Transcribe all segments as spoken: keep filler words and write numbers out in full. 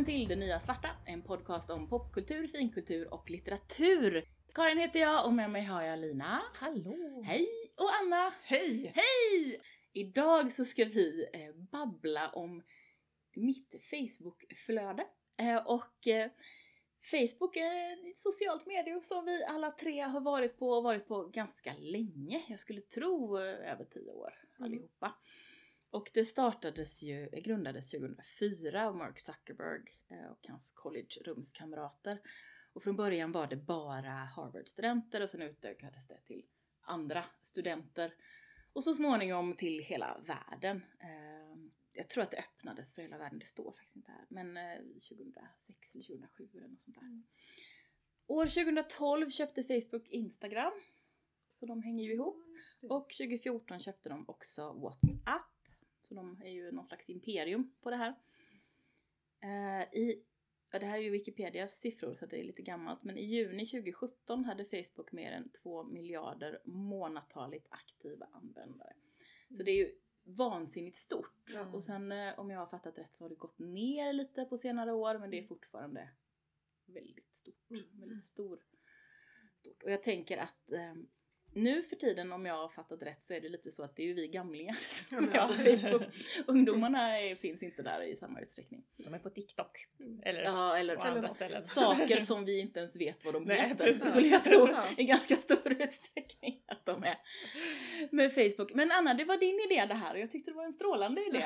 Välkommen till Det Nya Svarta, en podcast om popkultur, finkultur och litteratur. Karin heter jag och med mig har jag Lina. Hallå! Hej! Och Anna. Hej! Hej! Idag så ska vi eh, babbla om mitt Facebook-flöde. Eh, och eh, Facebook är ett socialt medium som vi alla tre har varit på och varit på ganska länge. Jag skulle tro eh, över tio år allihopa. Mm. Och det startades ju, grundades tjugohundrafyra av Mark Zuckerberg och hans college-rumskamrater. Och från början var det bara Harvard-studenter och sen utökades det till andra studenter. Och så småningom till hela världen. Jag tror att det öppnades för hela världen, det står faktiskt inte här. Men tjugohundrasex eller tjugohundrasju eller något sånt där. Mm. År tjugohundratolv köpte Facebook Instagram. Så de hänger ju ihop. Och tjugofjorton köpte de också WhatsApp. Så de är ju någon slags imperium på det här. Uh, i, ja, det här är ju Wikipedias siffror så det är lite gammalt. Men i juni tjugosjutton hade Facebook mer än två miljarder månatligt aktiva användare. Mm. Så det är ju vansinnigt stort. Mm. Och sen uh, om jag har fattat rätt så har det gått ner lite på senare år. Men det är fortfarande väldigt stort. Mm. Väldigt stor, stort. Och jag tänker att... Um, Nu för tiden, om jag har fattat rätt, så är det lite så att det är ju vi gamlingar som är på Facebook. Ungdomarna är, finns inte där i samma utsträckning. De är på TikTok. Eller, ja, eller, eller saker som vi inte ens vet vad de Nej, heter. precis. Skulle jag tro i ganska stor utsträckning att de är med Facebook. Men Anna, det var din idé det här och jag tyckte det var en strålande idé.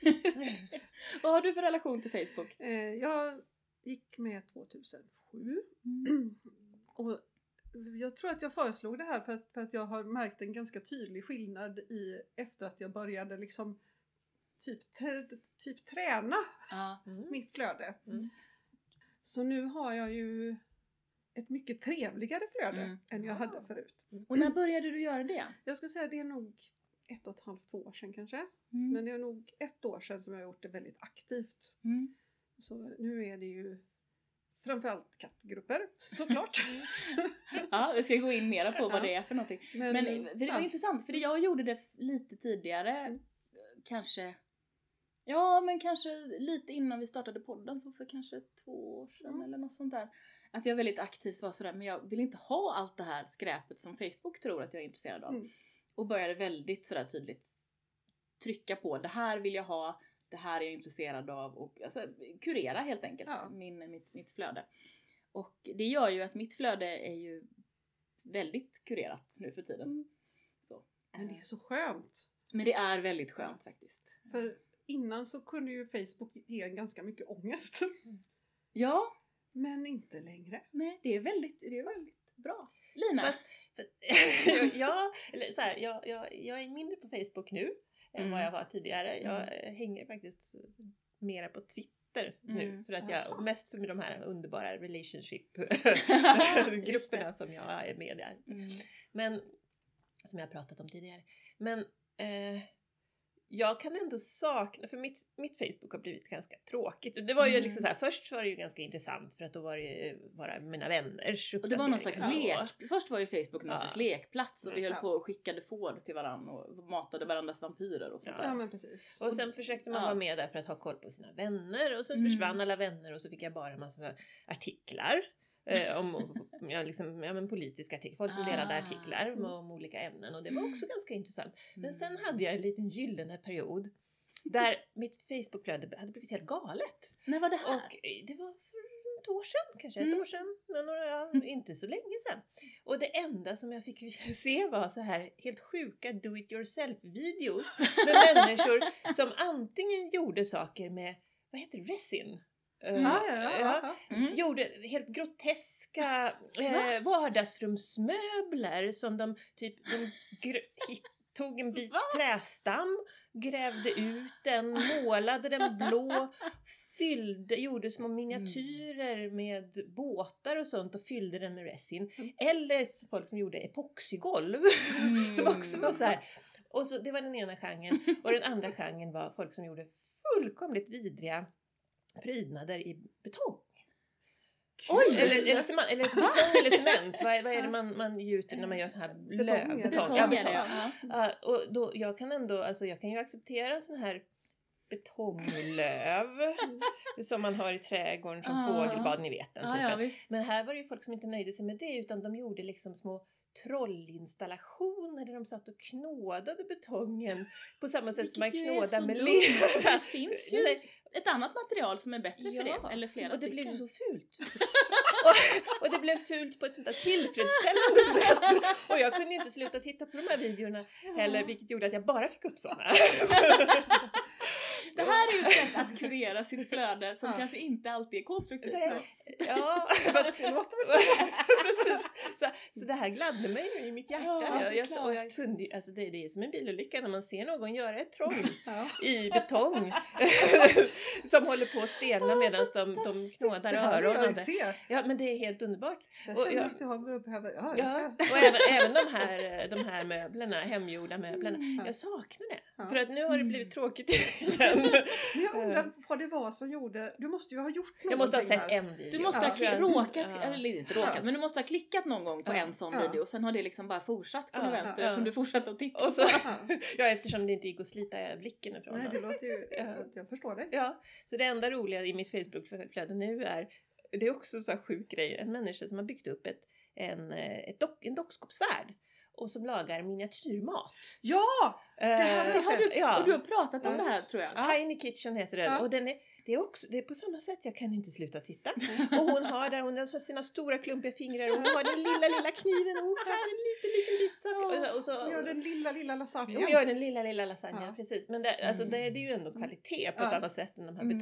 Vad har du för relation till Facebook? Jag gick med tjugohundrasju. Mm. Och jag tror att jag föreslog det här för att, för att jag har märkt en ganska tydlig skillnad i efter att jag började liksom typ, t- typ träna mm. mitt flöde. Mm. Så nu har jag ju ett mycket trevligare flöde mm. än jag hade förut. Och när började du göra det? Jag ska säga det är nog ett och ett halvt, två år sedan kanske. Mm. Men det är nog ett år sedan som jag har gjort det väldigt aktivt. Mm. Så nu är det ju framförallt kattgrupper, såklart. Ja, vi ska gå in mera på vad det är för någonting. Men, Men för det var ja. intressant, för jag gjorde det lite tidigare. Mm. Kanske, ja men kanske lite innan vi startade podden, så för kanske två år sedan mm. eller något sånt där. Att jag väldigt aktivt var sådär, men jag vill inte ha allt det här skräpet som Facebook tror att jag är intresserad av. Mm. Och började väldigt sådär tydligt trycka på, det här vill jag ha. Det här är jag intresserad av och alltså, kurera helt enkelt ja. min, mitt, mitt flöde. Och det gör ju att mitt flöde är ju väldigt kurerat nu för tiden. Mm. Så. Men det är så skönt. Men det är väldigt skönt ja. faktiskt. För innan så kunde ju Facebook ge ganska mycket ångest. Mm. Ja. Men inte längre. Nej, det är väldigt, det är väldigt bra. Lina? Fast, ja, eller så här, jag, jag, jag är mindre på Facebook nu. Än mm. vad jag var tidigare. Jag mm. hänger faktiskt mera på Twitter nu. Mm. För att jag, mest för de här underbara relationship-grupperna som jag är med där. Mm. Men, som jag har pratat om tidigare. Men eh, jag kan ändå sakna, för mitt, mitt Facebook har blivit ganska tråkigt. Det var ju mm. liksom så här, först var det ju ganska intressant för att då var det ju bara mina vänners. Och det var någon slags lek. Först var ju Facebook någon ja. slags lekplats och vi höll på och skickade får till varandra och matade varandras vampyrer och sånt ja. där. Ja, men precis. Och sen försökte man ja. vara med där för att ha koll på sina vänner och sen mm. försvann alla vänner och så fick jag bara en massa artiklar. Eh, om ja, liksom, ja, men politiska artiklar. Folk som delade ah. artiklar om, om olika ämnen. Och det var också mm. ganska intressant. Men sen hade jag en liten gyllene period. Där mitt Facebook-flöde hade blivit helt galet. När var det här? Och det var för ett år sedan kanske. Mm. Ett år sedan. Några, ja, inte så länge sedan. Och det enda som jag fick se var så här helt sjuka do-it-yourself-videos. Med människor som antingen gjorde saker med, vad heter det, resin? Mm. Uh, ja, ja, ja. Mm. Gjorde helt groteska eh, vardagsrumsmöbler som de typ de gr- hit, tog en bit Va? trästam, grävde ut den, målade den blå, fyllde, gjorde små miniatyrer mm. med båtar och sånt och fyllde den med resin. Mm. Eller folk som gjorde epoxygolv mm. som också var så här. Och så, det var den ena genren. Och den andra genren var folk som gjorde fullkomligt vidriga prydnader i betong. Oj! Eller, eller, cement, eller betong eller cement. Vad, vad är det man, man gjuter när man gör så här betong? Löv, betong. betong, ja, betong. Ja. Ja, och då, jag kan ändå, alltså jag kan ju acceptera sån här betonglöv som man har i trädgården som Ah. fågelbad, ni vet den Ja, typen. ja, visst. Men här var det ju folk som inte nöjde sig med det utan de gjorde liksom små trollinstallationer där de satt och knådade betongen på samma sätt som man Vilket ju är så knådar med dumt. lera. Det finns ju Nej. ett annat material som är bättre för Ja, det. Eller flera och det stycken. blev ju så fult. och, och det blev fult på ett sånt där tillfredsställande sätt. Och jag kunde inte sluta titta på de här videorna heller, vilket gjorde att jag bara fick upp sådana. Det här är ju ett sätt att kurera sitt flöde som Ja. kanske inte alltid är konstruktivt. Det, ja, fast Det låter väl precis. Så, så det här gladde mig ju i mitt hjärta. Ja, det är jag, jag, klart. och jag kunde, ju- alltså det, det är som en bilolycka när man ser någon göra ett troll Ja. i betong som håller på att stelna medan de, de knådar Det här vill öronen. jag ju se. Ja, men det är helt underbart. Jag Och känner jag- att jag behöver... Ja, jag Ja, ska. och även, även de, här, de här möblerna, hemgjorda möblerna. Mm. Jag saknar det. Ja. För att nu har det Mm. blivit tråkigt igen. Men jag undrar vad det var som gjorde... Du måste ju ha gjort någonting Jag måste ha sett här. en video. Du måste Ja. ha kli- Ja. råkat, Ja. eller inte råkat, Ja. men du måste ha klickat någon gång på Ja. en sån Ja. video och sen har det liksom bara fortsatt på Ja. den vänster Ja. eftersom du fortsatte att titta. Och så, Ja. ja, eftersom det inte gick att slita blicken ifrån Nej, dem. det låter ju... Ja. Jag förstår det. Ja, så det enda roliga i mitt Facebook-flöde nu är, det är också så här sjuk grej, en människa som har byggt upp ett, en, eh, ett dock, en dockskåpsvärld och som lagar miniatyrmat. Ja! Eh, här Det har du, ja. och du har pratat om Ja. det här tror jag. Ja. Tiny Kitchen heter den. Ja. Och den är, det, är också, det är på samma sätt, jag kan inte sluta titta. Och hon har där, hon har så sina stora klumpiga fingrar och hon har den lilla, lilla kniven och hon skär en liten, liten bit sak. Och, och så, Hon gör den lilla, lilla lasagnen. hon gör den lilla, lilla lasagnen, Ja. precis. Men det, alltså, det, det är ju ändå kvalitet på ett Ja. annat sätt än de här Mm.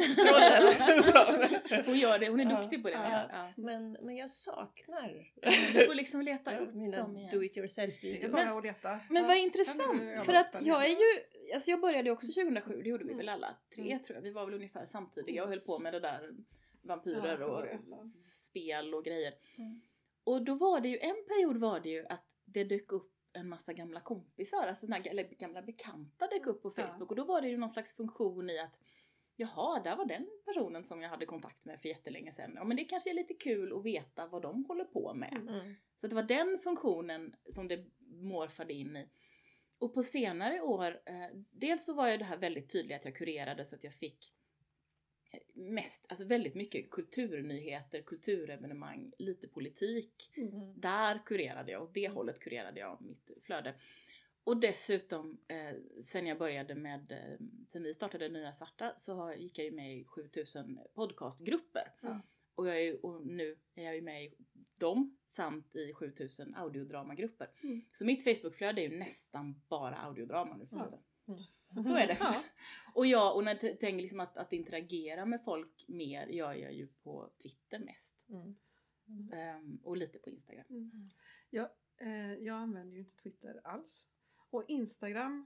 betongtrollen. Hon gör det, hon är Ja. duktig på det. Ja. Ja. men, men jag saknar Du får liksom leta ja, upp mina dem igen. do it yourself Det är videos. bara att leta. Men Ja. vad Ja, intressant, men jag för var att öppen. jag är ju, alltså jag började ju också tjugohundrasju, det gjorde vi Mm. väl alla tre Mm. tror jag, vi var väl ungefär samtidiga och höll på med det där Ja, vampyrer jag tror och det. spel och grejer. Mm. Och då var det ju, en period var det ju att det dök upp en massa gamla kompisar, alltså såna, eller gamla bekanta dök upp på Ja. Facebook och då var det ju någon slags funktion i att jaha, där var den personen som jag hade kontakt med för jättelänge sedan. Ja, men det kanske är lite kul att veta vad de håller på med. Mm. Mm. Så det var den funktionen som det morfade in i. Och på senare år, eh, dels så var ju det här väldigt tydligt att jag kurerade så att jag fick mest, alltså väldigt mycket kulturnyheter, kulturevenemang, lite politik. Mm. Där kurerade jag, och det hållet kurerade jag mitt flöde. Och dessutom, eh, sen jag började med, eh, sen vi startade Nya Svarta så har, gick jag ju med i sjutusen podcastgrupper. Ja. Och, jag är, ju- och nu är jag ju med i dem samt i sjutusen audiodramagrupper. Mm. Så mitt Facebookflöde är ju nästan bara audiodrama nu för Ja. tiden. Mm. Så är det. Ja. Och jag, och när jag tänker liksom att, att interagera med folk mer gör jag ju på Twitter mest. Mm. Ehm, och lite på Instagram. Mm. Jag, eh, jag använder ju inte Twitter alls. Och Instagram,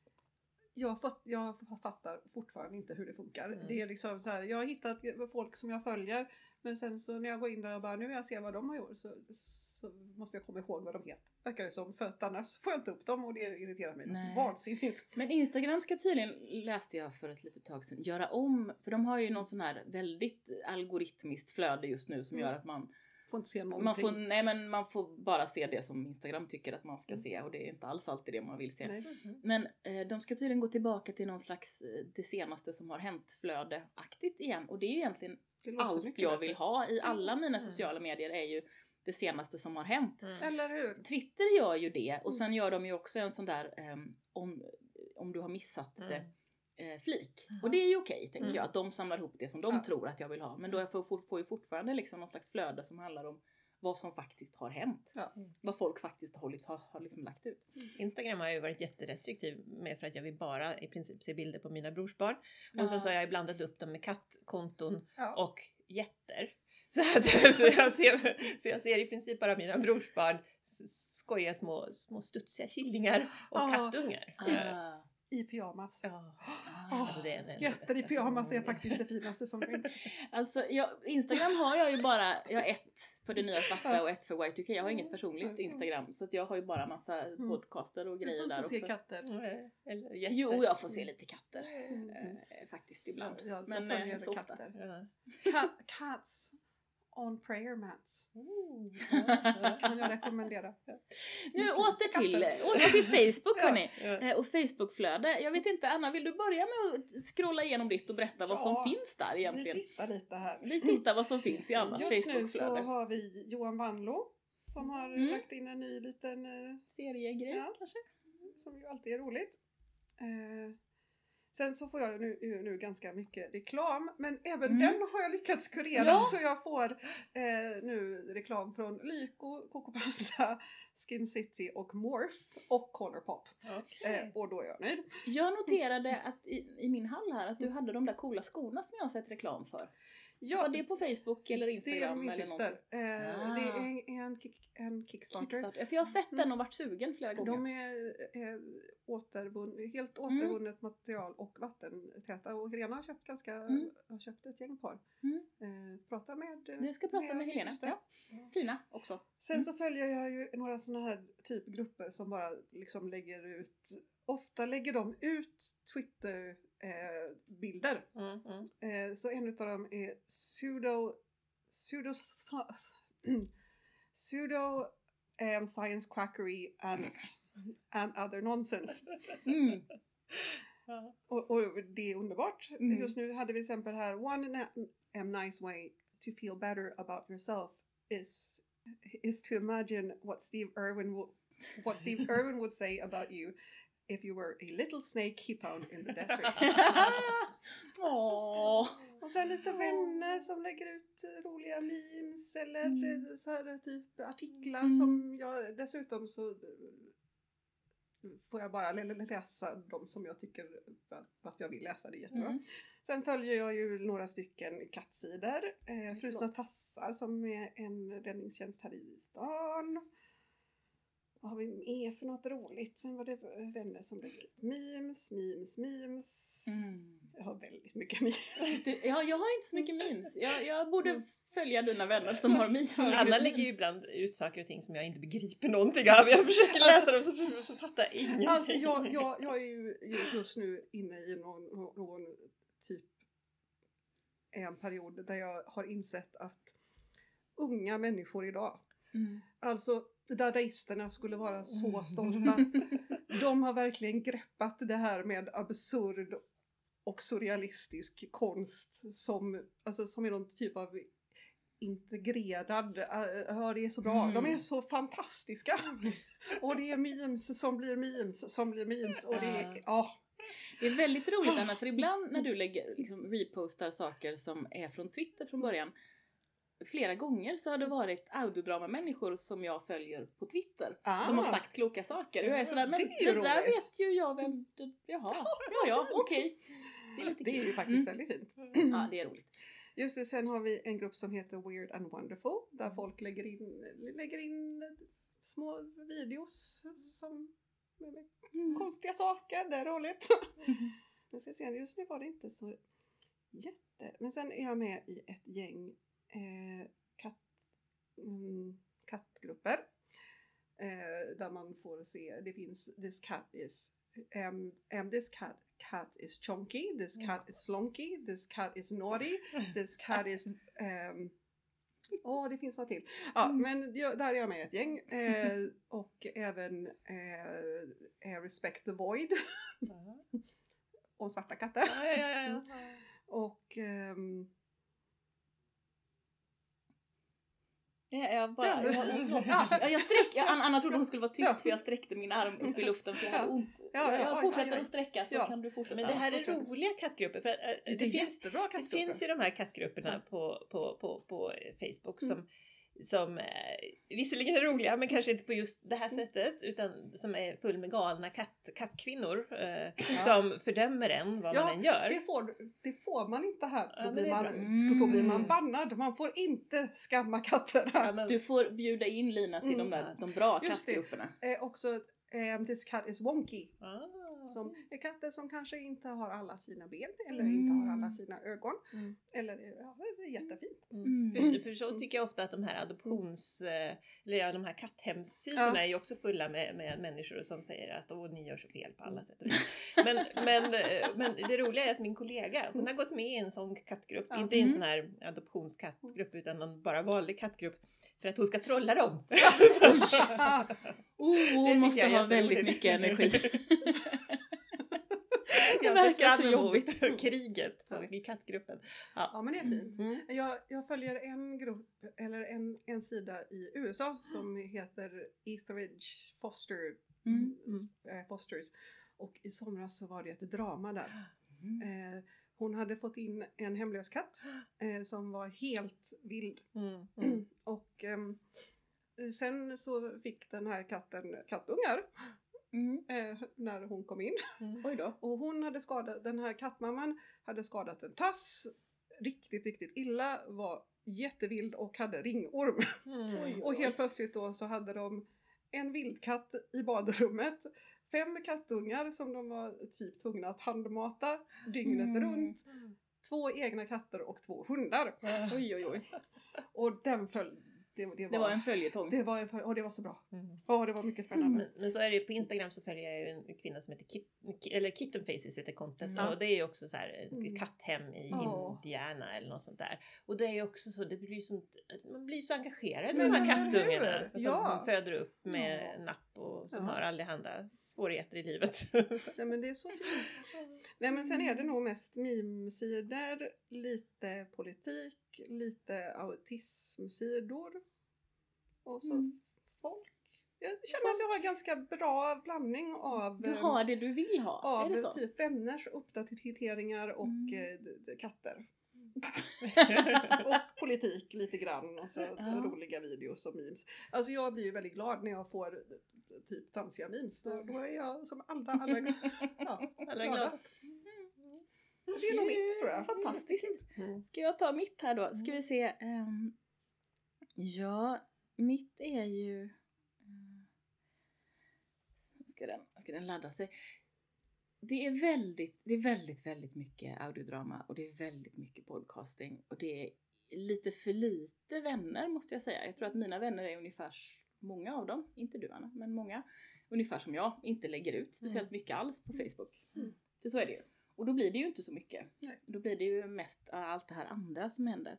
jag, fatt, jag fattar fortfarande inte hur det funkar. Mm. Det är liksom så här, jag har hittat folk som jag följer, men sen så när jag går in där och bara, nu vill jag se vad de har gjort, så, så måste jag komma ihåg vad de heter. Verkar det som, för att annars får jag inte upp dem och det irriterar mig Nej. vansinnigt. Men Instagram ska tydligen, läste jag för ett litet tag sedan, göra om. För de har ju någon sån här väldigt algoritmiskt flöde just nu som Mm. gör att man, Får inte se någonting. man, får, nej, men man får bara se det som Instagram tycker att man ska se. Och det är inte alls alltid det man vill se. Nej. Men eh, de ska tydligen gå tillbaka till någon slags eh, det senaste som har hänt flöde-aktigt igen. Och det är ju egentligen Det låter allt mycket jag bättre. vill ha i alla mina Mm. sociala medier är ju det senaste som har hänt. Mm. Eller hur? Twitter gör ju det och sen gör de ju också en sån där ehm, om, om du har missat Mm. det eh, flik. Mm. Och det är ju okej tänker Mm. jag att de samlar ihop det som de Ja. tror att jag vill ha. Men då får jag får ju fortfarande liksom någon slags flöde som handlar om vad som faktiskt har hänt. Ja. Vad folk faktiskt har, har, har liksom lagt ut. Instagram har jag ju varit jätterestriktiv med för att jag vill bara i princip se bilder på mina brorsbarn. Ja. Och så, så har jag blandat upp dem med kattkonton Ja. och getter. Så, att, så, jag ser, så jag ser i princip bara mina brorsbarn s- skojiga små, små studsiga killingar och Ja. kattungar. Ah. I pyjamas. Ja, Ah. alltså det är det Jätter i bästa. pyjamas är faktiskt det finaste som finns. Alltså, jag, Instagram har jag ju bara, jag har ett för det nya svarta och ett för Y two K. Jag har inget personligt Instagram så att jag har ju bara massa podcaster och Du grejer får där inte se också. katter. Nej, eller jätter. Jo, jag får se lite katter Mm. eh, faktiskt ibland. Ja, jag Men följer eh, så ofta. katter. Ja. Cat, cats on prayer mats. Oh. Kan jag rekommendera. Nu åter till, åter till Facebook Ja. hörni. Ja. Eh, Och Facebookflöde. Jag vet inte, Anna, vill du börja med att scrolla igenom ditt och berätta vad som Ja, finns där egentligen? Vi tittar lite här. Vi tittar vad som finns i Annas Just nu så Facebookflöde. har vi Johan Wanlo som har Mm. lagt in en ny liten, eh, Seriegrej Ja. kanske? som ju alltid är roligt. Eh, sen så får jag nu, nu ganska mycket reklam, men även Mm. den har jag lyckats kurera Ja. så jag får eh, nu reklam från Lyko, Coco Panda, Skin City och Morph och Colourpop. Okej. Eh, och då är jag nöjd. Jag noterade att i, i min hall här att du hade de där coola skorna som jag har sett reklam för. Ja, Var det på Facebook eller det är Instagram min eller syster. något? Eh, Ah. Det är en, en, kick, en Kickstarter. Kickstarter. För jag har sett den och varit sugen flera gånger. De är eh, återvunn, helt återvunnet material och vattentäta. Och Helena har köpt ganska, Mm. har köpt ett gäng par. Mm. Eh, prata med eh, Jag ska prata med min Helena. syster. Ja. Fina också. Sen Mm. så följer jag ju några sådana här typ grupper som bara liksom lägger ut, ofta lägger de ut Twitter eh, bilder. Mm, mm. Eh, så en av dem är pseudo pseudo pseudo um, science quackery and, and other nonsense. Mm. Ja. Och, och det är underbart. Mm. Just nu hade vi till exempel här, one na- a nice way to feel better about yourself is is to imagine what Steve Irwin would what Steve Irwin would say about you if you were a little snake he found in the desert. Åh. Och sen lite vänner som lägger ut eh, roliga memes eller Mm. eh, så här typ artiklar Mm. som jag dessutom så eh, får jag bara l- l- läsa de som jag tycker att- att jag vill läsa, det är jättebra. Mm. Sen följer jag ju några stycken kattsidor. Eh, Frusna Förlåt. tassar som är en räddningstjänst här i stan. Vad har vi mer för något roligt? Sen var det vänner som lägger ut memes, memes, memes. Mm. Jag har väldigt mycket memes. Du, ja, jag har inte så mycket memes. Jag, jag borde följa dina vänner som har memes. som Anna ut lägger ju memes. ibland ut saker och ting som jag inte begriper någonting av. Jag försöker läsa dem så, så fattar jag ingenting. Alltså jag, jag, jag är ju just nu inne i någon, någon typ en period där jag har insett att unga människor idag, Mm. alltså dadaisterna skulle vara så stolta. De har verkligen greppat det här med absurd och surrealistisk konst som, alltså, som är någon typ av integrerad, äh, ja, det är så bra, Mm. de är så fantastiska. Och det är memes som blir memes som blir memes och det är, ja. Det är väldigt roligt, Anna, för ibland när du lägger, liksom, repostar saker som är från Twitter från början, flera gånger så har det varit audiodrama-människor som jag följer på Twitter Ah. som har sagt kloka saker. Och jag är sådär, men Det det, är ju där roligt. vet ju jag vem det, jaha, ja ja, okej. Det är lite Det är kul. ju faktiskt Mm. väldigt fint. Ja, det är roligt. Just det, sen har vi en grupp som heter Weird and Wonderful där folk lägger in, lägger in små videos som Mm. konstiga saker, det är roligt. Nu ska jag se, just nu var det inte så jätte, men sen är jag med i ett gäng eh, katt, mm, kattgrupper eh, där man får se, det finns this cat is um, um, this cat cat is chunky, this cat is slonky, this cat is naughty, this cat is um, åh, det finns något till. Ja, Mm. men jag, där är jag med i ett gäng. Eh, och även eh, Respect the Void. Om svarta katter. Ja, ja, ja, ja. Och ehm, Jag, jag bara, Ja. jag, förlåt. Ja, jag sträck, jag, Anna Anna trodde hon skulle vara tyst Ja. för jag sträckte min arm upp i luften för jag hade Ja. ont. Ja, ja, jag oj, fortsätter oj, oj. att sträcka så Ja. kan du fortsätta. Men det här är fortsätt. roliga kattgrupper. För att, äh, det, det, är finns, jättebra det kattgrupper. finns ju de här kattgrupperna på, på, på, på Facebook som, Mm. som eh, visserligen är roliga men kanske inte på just det här Mm. sättet utan som är full med galna katt, kattkvinnor eh, Ja. som fördömer en vad Ja, man än gör. Det får, det får man inte här. Ja, Då, men blir det är man, bra. då blir man Mm. bannad. Man får inte skamma katterna. Ja, men, Du får bjuda in Lina till Mm. de där de bra Just det. kattgrupperna. Eh, också, ehm, this cat is wonky. ah. som är katter som kanske inte har alla sina ben eller Mm. inte har alla sina ögon. Mm. Eller, ja, det är jättefint. Mm. Mm. För, för så tycker jag ofta att de här adoptions, eh, eller ja, de här katthemsidorna Ja. är ju också fulla med, med människor som säger att åh, ni gör så fel på alla sätt och vis. Men, men, eh, men det roliga är att min kollega, hon har gått med i en sån kattgrupp, Ja. inte i en Mm. sån här adoptionskattgrupp utan någon bara vanlig kattgrupp, för att hon ska trolla dem. Ah, Oh, Det hon tycker måste jag är ha väldigt jätteroligt. mycket energi. Det Jag ser verkar så fram emot jobbigt. kriget på, i kattgruppen. ja men det är fint. Mm. Jag, jag följer en grupp, eller en, en sida i U S A som heter Etheridge Foster, Mm. eh, Fosters. Och i somras så var det ett drama där. Mm. Eh, hon hade fått in en hemlös katt eh, som var helt vild. Mm. Mm. Och ehm, sen så fick den här katten kattungar Mm. eh, när hon kom in. Mm. Oj då. Och hon hade skadat, den här kattmamman hade skadat en tass riktigt, riktigt illa, var jättevild och hade ringorm. Mm. Och helt plötsligt då så hade de en vildkatt i badrummet, fem kattungar som de var typ tvungna att handmata dygnet Mm. runt, två egna katter och två hundar. Oj, oj, oj. Och den föll, det, det, var, Det var en följetong. det var en föl- och det var så bra. Mm. Ja, det var mycket spännande. Men, men så är det ju på Instagram, så följer jag ju en kvinna som heter Kit, eller Kitten Faces heter kontot. Mm. Och det är ju också så här ett Mm. katthem i Ja. Indiana eller något sånt där. Och det är ju också så, det blir ju sånt, man blir ju så engagerad Men med de här eller kattungarna. hur? Som Ja. hon föder upp med Ja. napp och som Ja. har allehanda svårigheter i livet. Nej, men det är så fint. Nej, men sen är det nog mest meme-sidor, lite politik, lite autismsidor. Och så Mm. folk. Jag känner att jag har en ganska bra blandning av, Du har det du vill ha, är av det så? typ vänners uppdateringar och Mm. eh, d- d- katter. Och politik lite grann och så Ja. roliga videos och memes. Alltså jag blir ju väldigt glad när jag får eh, typ tramsiga memes. Då, då är jag som allra, allra ja, Alla är gladast. Så det är nog mitt, tror jag. Fantastiskt. Mm. Ska jag ta mitt här då? Ska vi se. ehm, ja, mitt är ju... mm, Ska den, ska den ladda sig? Det är väldigt, det är väldigt, väldigt mycket audiodrama och det är väldigt mycket podcasting. Och det är lite för lite vänner, måste jag säga. Jag tror att mina vänner är ungefär, många av dem, inte du Anna, men många, ungefär som jag, inte lägger ut speciellt mycket alls på Facebook. Mm. För så är det ju. Och då blir det ju inte så mycket. Nej. Då blir det ju mest allt det här andra som händer.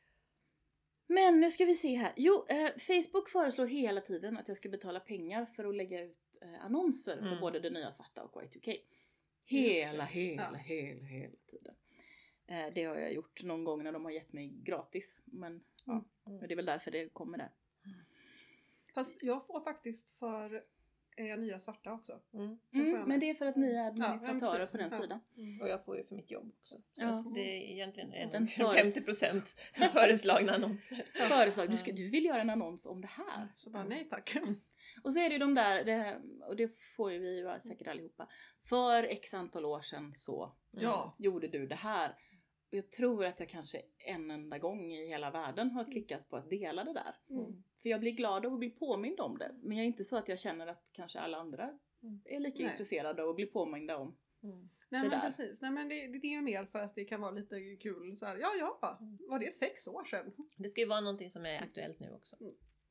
Men nu ska vi se här. Jo, eh, Facebook föreslår hela tiden att jag ska betala pengar för att lägga ut eh, annonser för Mm. både det nya svarta och Y two K. Just Hela, det. hela, Ja. hela, hela tiden. Eh, det har jag gjort någon gång när de har gett mig gratis. Men ja, Mm. men det är väl därför det kommer där. Fast jag får faktiskt för eh, nya svarta också. Mm. Det får Mm, jag men med. det är för att ni är Ja, administratörer precis. på den Ja. sidan. Och jag får ju för mitt jobb också. Så Ja. att det är egentligen en Den femtio procent föreslagna annonser. Föreslag, du, ska, du vill göra en annons om det här. Så bara nej tack. Och så är det ju de där, det, och det får ju vi ju säkert allihopa. För x antal år sedan så Ja. gjorde du det här. Och jag tror att jag kanske en enda gång i hela världen har klickat på att dela det där. Mm. För jag blir glad av att bli påmind om det. Men jag är inte så att jag känner att kanske alla andra Mm. är lika Nej. intresserade av att bli påminda om. Mm. Nej Det men där. precis. Nej men det, det är ju mer för att det kan vara lite kul så här. Ja ja, var det sex år sedan? Det ska ju vara någonting som är aktuellt nu också.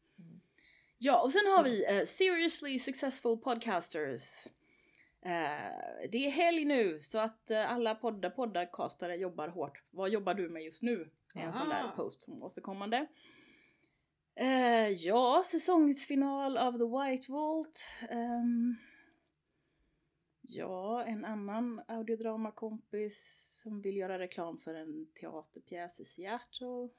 Ja, och sen har vi uh, Seriously Successful Podcasters. Uh, det är helg nu så att uh, alla poddar, poddcastare jobbar hårt. Vad jobbar du med just nu? Det är en sån där Aha. post som återkommande. Uh, ja, säsongsfinal av The White Vault. Um, ja, en annan audiodramakompis som vill göra reklam för en teaterpjäs i Seattle.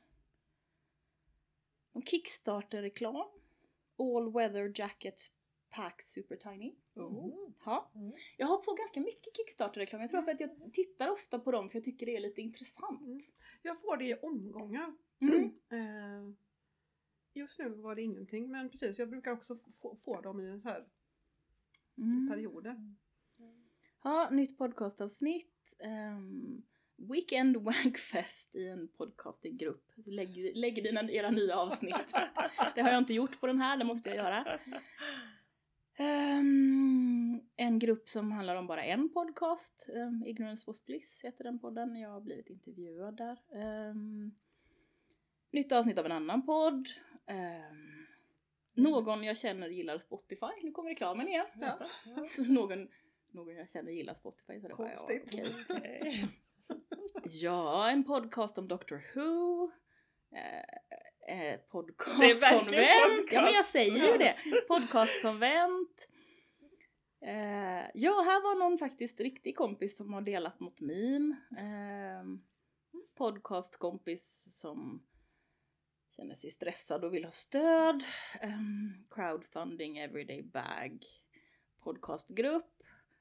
En Kickstarter-reklam. All Weather Jacket Pack Super Tiny. Oh. Ja. Mm. Jag har fått ganska mycket Kickstarter-reklam. Jag tror för att jag tittar ofta på dem för jag tycker det är lite intressant. Mm. Jag får det i omgångar. Mm. Eh, just nu var det ingenting men precis jag brukar också få, få dem i så här Mm. perioder. Ja, nytt podcastavsnitt. Um, Weekend Wankfest i en podcastinggrupp. Så lägg, lägg dina, era nya avsnitt. Det har jag inte gjort på den här, det måste jag göra. Um, en grupp som handlar om bara en podcast. Um, Ignorance was bliss heter den podden. Jag har blivit intervjuad där. Um, nytt avsnitt av en annan podd. Um, någon jag känner gillar Spotify. Nu kommer reklamen igen. Ja. Alltså. Så någon, någon jag känner gillar Spotify. Så det Konstigt. Bara, ja, okay. Ja, en podcast om Doctor Who. Eh, eh, podcastkonvent. Ja, men jag säger ju det. Podcastkonvent. Eh, ja, här var någon faktiskt riktig kompis som har delat något meme. Eh, podcastkompis som känner sig stressad och vill ha stöd. Eh, crowdfunding, everyday bag. Podcastgrupp.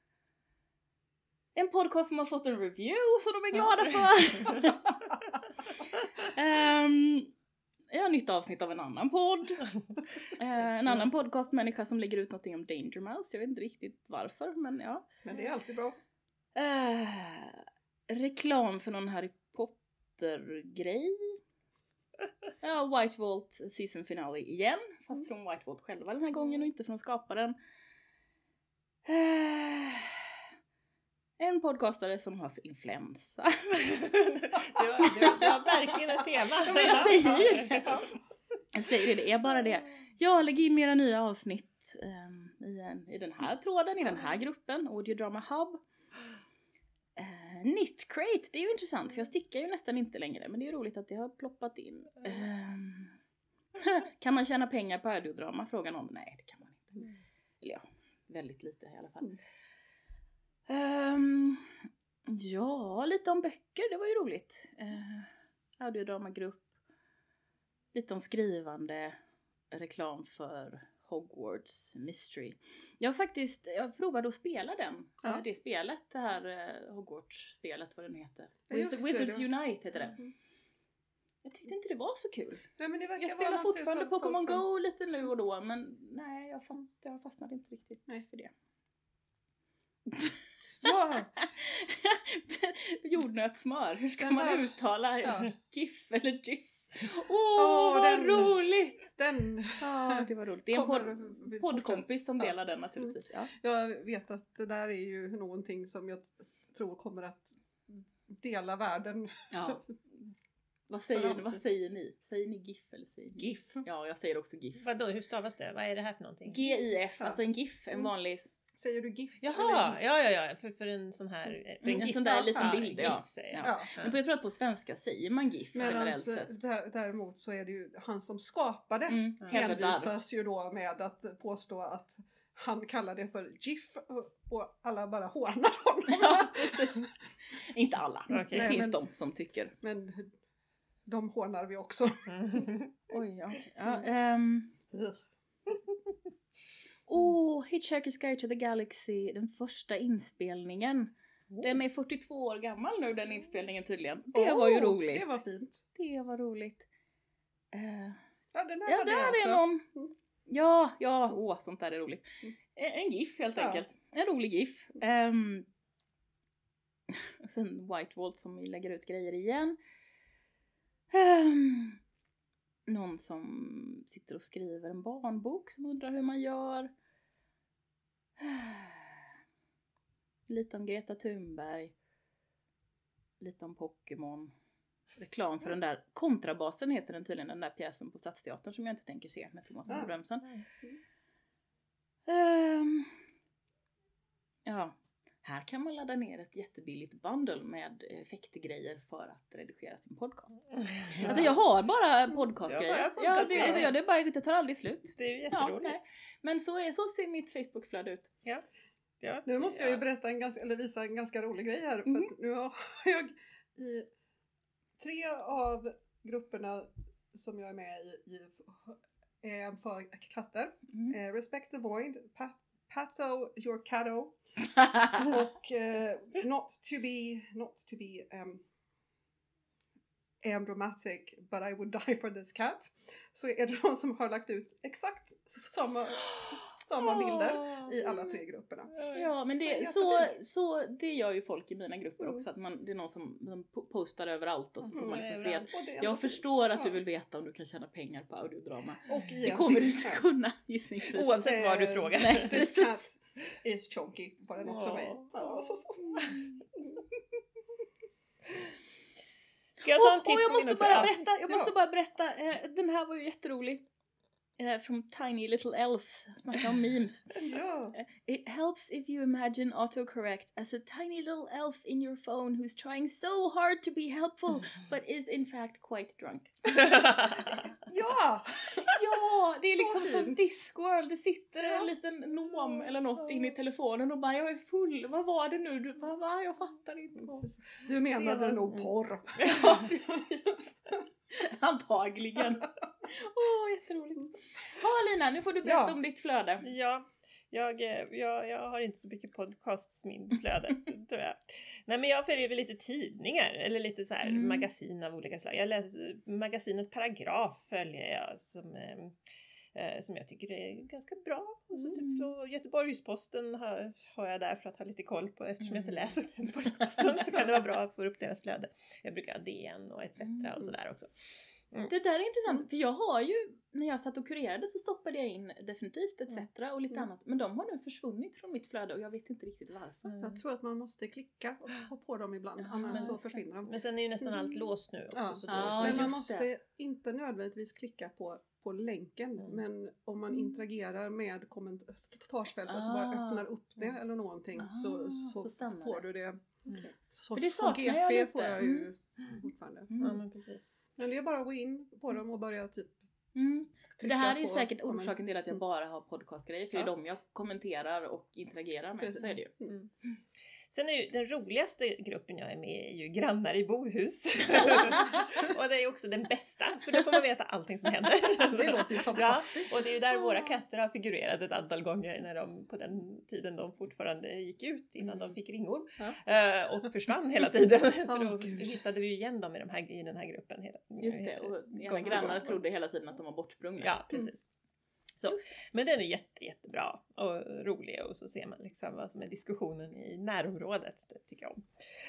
En podcast som har fått en review som de är glada för. um, ja, nytt avsnitt av en annan podd. Uh, en annan podcastmänniska som lägger ut någonting om Danger Mouse. Jag vet inte riktigt varför, men ja. Men det är alltid bra. Uh, reklam för någon Harry Potter-grej. Ja, White Vault season finale igen. Fast från White Vault själva den här gången och inte från skaparen. Uh, En podcastare som har influensa. det, var, det, var, det var verkligen ett tema. Ja, men jag säger ju det. Jag säger det, det är bara det. Jag lägger in era nya avsnitt um, i, en, i den här tråden, i den här gruppen. Audio Drama Hub. Uh, Knitcrate, det är ju intressant för jag stickar ju nästan inte längre. Men det är roligt att det har ploppat in. Um, kan man tjäna pengar på audiodrama? Frågan om nej, det kan man inte. Eller ja, väldigt lite i alla fall. Um, ja, lite om böcker, det var ju roligt. Uh, audiodramagrupp. Lite om skrivande. Reklam för Hogwarts Mystery. Jag faktiskt, jag provade att spela den. Ja. Det spelet, det här uh, Hogwarts-spelet, vad den heter. Ja, Wizard, det, Wizards det. Unite heter det. Mm. Jag tyckte inte det var så kul. Nej, men det verkar Jag spelar vara fortfarande som Pokémon folk som- Go lite nu och då, men nej, jag, fatt, jag fastnade inte riktigt Nej. för det. Ja, Jordnötssmör, hur ska Den man här- uttala Ja. GIF eller GIF? Åh, Åh, vad den- roligt! den Ja, det var roligt. Det är en kommer podd, vi poddkompis som Ja. delar den naturligtvis. Ja. Jag vet att det där är ju någonting som jag tror kommer att dela världen. Ja. Vad, säger, vad säger ni? Säger ni GIF eller säger ni? GIF. Ja, jag säger också GIF. Vadå, hur stavas det? Vad är det här för någonting? G I F, Ja. alltså en GIF, en vanlig... Säger du GIF? Jaha, eller GIF? ja, ja, ja. För, för en sån här... För Mm, en GIF. sån där liten Ja, bild, GIF ja. säger jag. Ja. Men jag tror att på svenska säger man GIF generellt Medan sett. där, däremot så är det ju han som skapade Mm, hävdar. hänvisas ju då med att påstå att han kallar det för GIF och- och alla bara hånar honom. Ja, precis. Inte alla. Okej. Det Nej, finns men- de som tycker. Men de hånar vi också. Oj, ja, okej. Ja, ehm. Åh, oh, Hitchhiker's Guide to the Galaxy, den första inspelningen. Den är fyrtiotvå år gammal nu, den inspelningen tydligen. Det var ju Åh, roligt. Det var fint. Det var roligt. Eh, Ja, den här ja, hade jag där också. är någon. Mm. Ja, ja, åh, sånt där är roligt. Mm. Eh, En GIF helt Ja. enkelt. En rolig GIF. Um, och sen White Vault som lägger ut grejer igen. Um, någon som sitter och skriver en barnbok som undrar hur man gör. Lite om Greta Thunberg. Lite om Pokémon. Reklam för den där kontrabasen heter den tydligen, den där pjäsen på Stadsteatern som jag inte tänker se med Thomas Ja. Brömsen. Mm. Um, ja, här kan man ladda ner ett jättebilligt bundle med effektgrejer för att redigera sin podcast. Alltså jag har bara podcastgrejer. Jag har bara Ja, det, podcastgrejer. alltså, ja, det, är bara, det tar aldrig slut. Det är ju Ja, jätteroligt. nej. Men så, är, så ser mitt Facebookflöde ut. Ja. Ja. Nu måste jag ju Ja. berätta en ganska, eller visa en ganska rolig grej här. Mm. För att nu har jag i tre av grupperna som jag är med i, i är för katter. Mm. Eh, Respect the Void, Pat, Pato Your Catto och eh, Not to be, not to be um, emblematic but I would die for this cat. Så är det de som har lagt ut exakt samma, samma bilder i alla tre grupperna. Ja, men det, Det är så, jättefint. så det gör ju folk i mina grupper Mm. också. Att man, det är någon som de po- postar överallt och så får man liksom se att Och det är ändå jag fint. förstår att du Ja. vill veta om du kan tjäna pengar på audiodrama. Och Det kommer du igen, inte ja. kunna gissningsvis. Oavsett vad du Eh, frågar. Nej. This cat is chonky på den också Åh. mig. Ska jag ta en Och, titt och jag på måste min bara också? berätta, jag måste Ja. bara berätta, eh, den här var ju jätterolig. Eh, från Tiny Little Elves, snacka om memes. Ja. It helps if you imagine autocorrect as a tiny little elf in your phone who's trying so hard to be helpful but is in fact quite drunk. Ja! Ja, det är Så liksom som fint. Discworld. Det sitter en Ja. liten nom eller något inne i telefonen och bara jag är full. Vad var det nu? Du bara, va? Jag fattar inte. Du menade Ja. nog porr. Ja, precis. Antagligen. Åh, jätteroligt. Ja, Lina, nu får du berätta Ja. om ditt flöde. Ja, jag, eh, jag, jag har inte så mycket podcasts i min flöde, tror jag. Nej, men jag följer väl lite tidningar, eller lite så här Mm. magasin av olika slag. Jag läser magasinet Paragraf följer jag som, eh, eh, som jag tycker är ganska bra. Och så typ Mm. så Göteborgs-Posten har, har jag där för att ha lite koll på, eftersom jag inte Mm. läser Göteborgs-Posten så kan det vara bra att få upp deras flöde. Jag brukar ha D N och et cetera Mm. och sådär också. Det där är intressant, för jag har ju, när jag satt och kurerade så stoppade jag in definitivt et cetera och lite Mm. annat. Men de har nu försvunnit från mitt flöde och jag vet inte riktigt varför. Jag tror att man måste klicka på, på dem ibland, Ja, annars men så just det. försvinner de. Men sen är ju nästan allt Mm. låst nu också. Ja. Så då, Ja, Men man just måste det. inte nödvändigtvis klicka på, på länken, Mm. men om man Mm. interagerar med kommentarsfältet så bara Ah. öppnar upp det eller någonting Ah, så, så, så stannar får det. du det. Okej. Så, För det så saknar G jag P lite. får jag ju fortfarande. Mm. Ja, men precis. Men det är bara att gå in på dem och börja typ Mm. För det trycka här är ju på säkert komment- orsaken till att jag Mm. bara har podcastgrejer. För det är Ja. de jag kommenterar och interagerar med. Precis. Så är det ju. Mm. Sen är ju den roligaste gruppen jag är med i är ju Grannar i Bohus. Och det är ju också den bästa, för då får man veta allting som händer. Det låter ju Ja, fantastiskt. och det är ju där våra katter har figurerat ett antal gånger när de, på den tiden de fortfarande gick ut innan Mm. de fick ringorm. Ja. Eh, och försvann hela tiden. För Åh, då Gud. hittade vi ju igen dem i, de här, i den här gruppen. Hela, Just det. Och ena gång på grannar gång. trodde hela tiden att de var bortsprungna. Ja, precis. Så. Just Men den är jätte, jättebra och rolig och så ser man liksom vad som är diskussionen i närområdet. Det tycker jag om.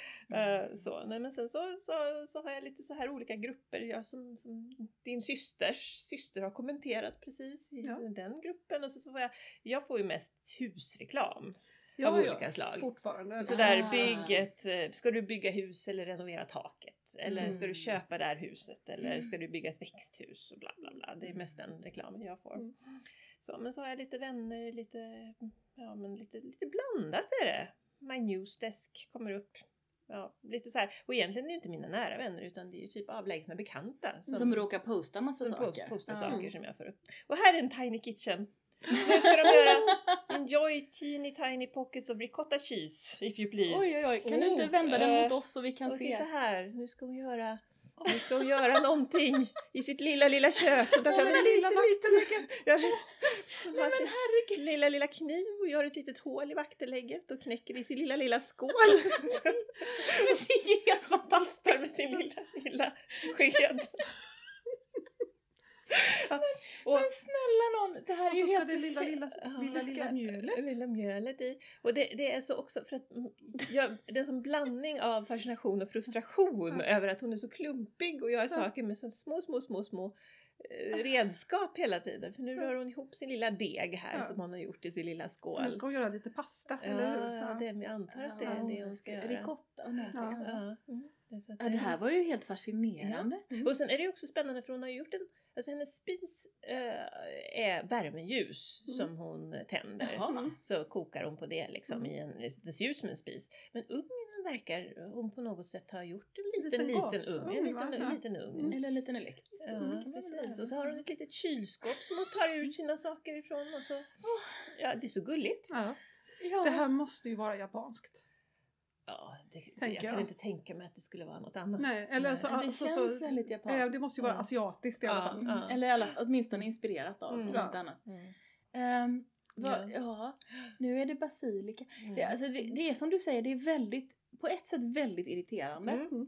Mm. Uh, så, nej, men sen så, så, så har jag lite så här olika grupper. Jag som, som din systers syster har kommenterat precis i Ja. den gruppen. Och så, så får jag, jag får ju mest husreklam Ja, av ja, olika slag. Fortfarande. Så där, Ah. bygg ett, eh, ska du bygga hus eller renovera taket? Eller ska Mm. du köpa det här huset? Eller Mm. ska du bygga ett växthus? Och bla bla bla. Det är mest den reklamen jag får. Mm. Så, men så har jag lite vänner, lite, ja, men lite, lite blandat är det. My Newsdesk kommer upp. Ja, lite så här. Och egentligen är det inte mina nära vänner utan det är ju typ avlägsna bekanta. Som, som råkar posta massa som saker. postar Ja. saker som jag får upp. Och här är en tiny kitchen. Nu ska de göra enjoy teeny tiny pockets of ricotta cheese if you please. Oj, oj, oj. Kan du inte Oh, vända den eh, mot oss så vi kan Och se? titta här, nu ska hon göra nu ska hon göra någonting i sitt lilla lilla kök. Och då Åh, kan men vi det lite, lilla lite, ja, hon Nej har men sin herregud. lilla lilla kniv och gör ett litet hål i vaktelägget och knäcker i sin lilla lilla skål. Men det är ju helt fantastiskt. Vispar med sin lilla lilla sked. Ja, och Men snälla någon, det här är Och ju så ska helt det lilla, perfekt. lilla, Ja, lilla, det ska- lilla mjölet. lilla mjölet i. Och det, det är så också för att mm, jag, det är en sån blandning av fascination och frustration Ja. över att hon är så klumpig och gör Ja. saker med så små, små, små, små eh, redskap hela tiden. För nu Ja. rör hon ihop sin lilla deg här Ja. som hon har gjort i sin lilla skål. Nu ska hon göra lite pasta, eller hur? Ja, det, jag antar att det är det hon ska göra. Ricotta och någonting. Ja. Ja. Ja, mm, det, så att Ja, det här var ju helt fascinerande. Mm. Och sen är det ju också spännande för hon har gjort en, alltså hennes spis äh, är värmeljus Mm. som hon tänder. Jaha. Så kokar hon på det liksom Mm. i en, det ser ut som en spis. Men ugnen verkar hon på något sätt ha gjort en liten, Liten liten, gasugn, ugn. En liten, va? en Ja. liten ugn. Mm. Eller en liten elektrisk. Ja, ugn kan man väl precis. göra. Och så har hon ett litet kylskåp som hon tar ut sina saker ifrån. Och så, ja, det är så gulligt. Ja. Ja. Det här måste ju vara japanskt. Ja, det, det, Tänker jag kan jag. inte tänka mig att det skulle vara något annat. Nej, eller så, Men det alltså, känns så, väldigt japanskt. eh, det måste ju vara Ja. asiatiskt i alla Ja. fall. Mm. Eller i alla, åtminstone inspirerat av Mm. något Ja. annat. Mm. Ehm, va, Ja. ja, nu är det basilika. Mm. Det, alltså det, det är som du säger, det är väldigt, på ett sätt väldigt irriterande. Mm.